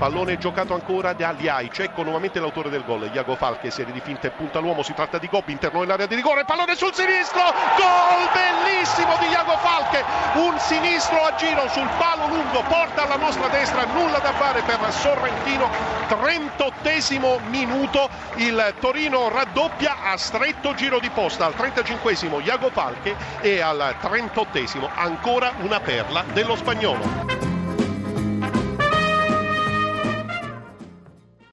pallone giocato ancora da Liai, Cecco nuovamente l'autore del gol, Iago Falche, serie di finte e punta l'uomo, si tratta di Gobbi, interno dell'area di rigore, pallone sul sinistro, gol bellissimo di Iago Falche, un sinistro a giro sul palo lungo, porta alla nostra destra, nulla da fare per Sorrentino. 38esimo minuto, il Torino raddoppia a stretto giro di posta, al 35esimo Iago Falche e al 38esimo ancora una perla dello spagnolo.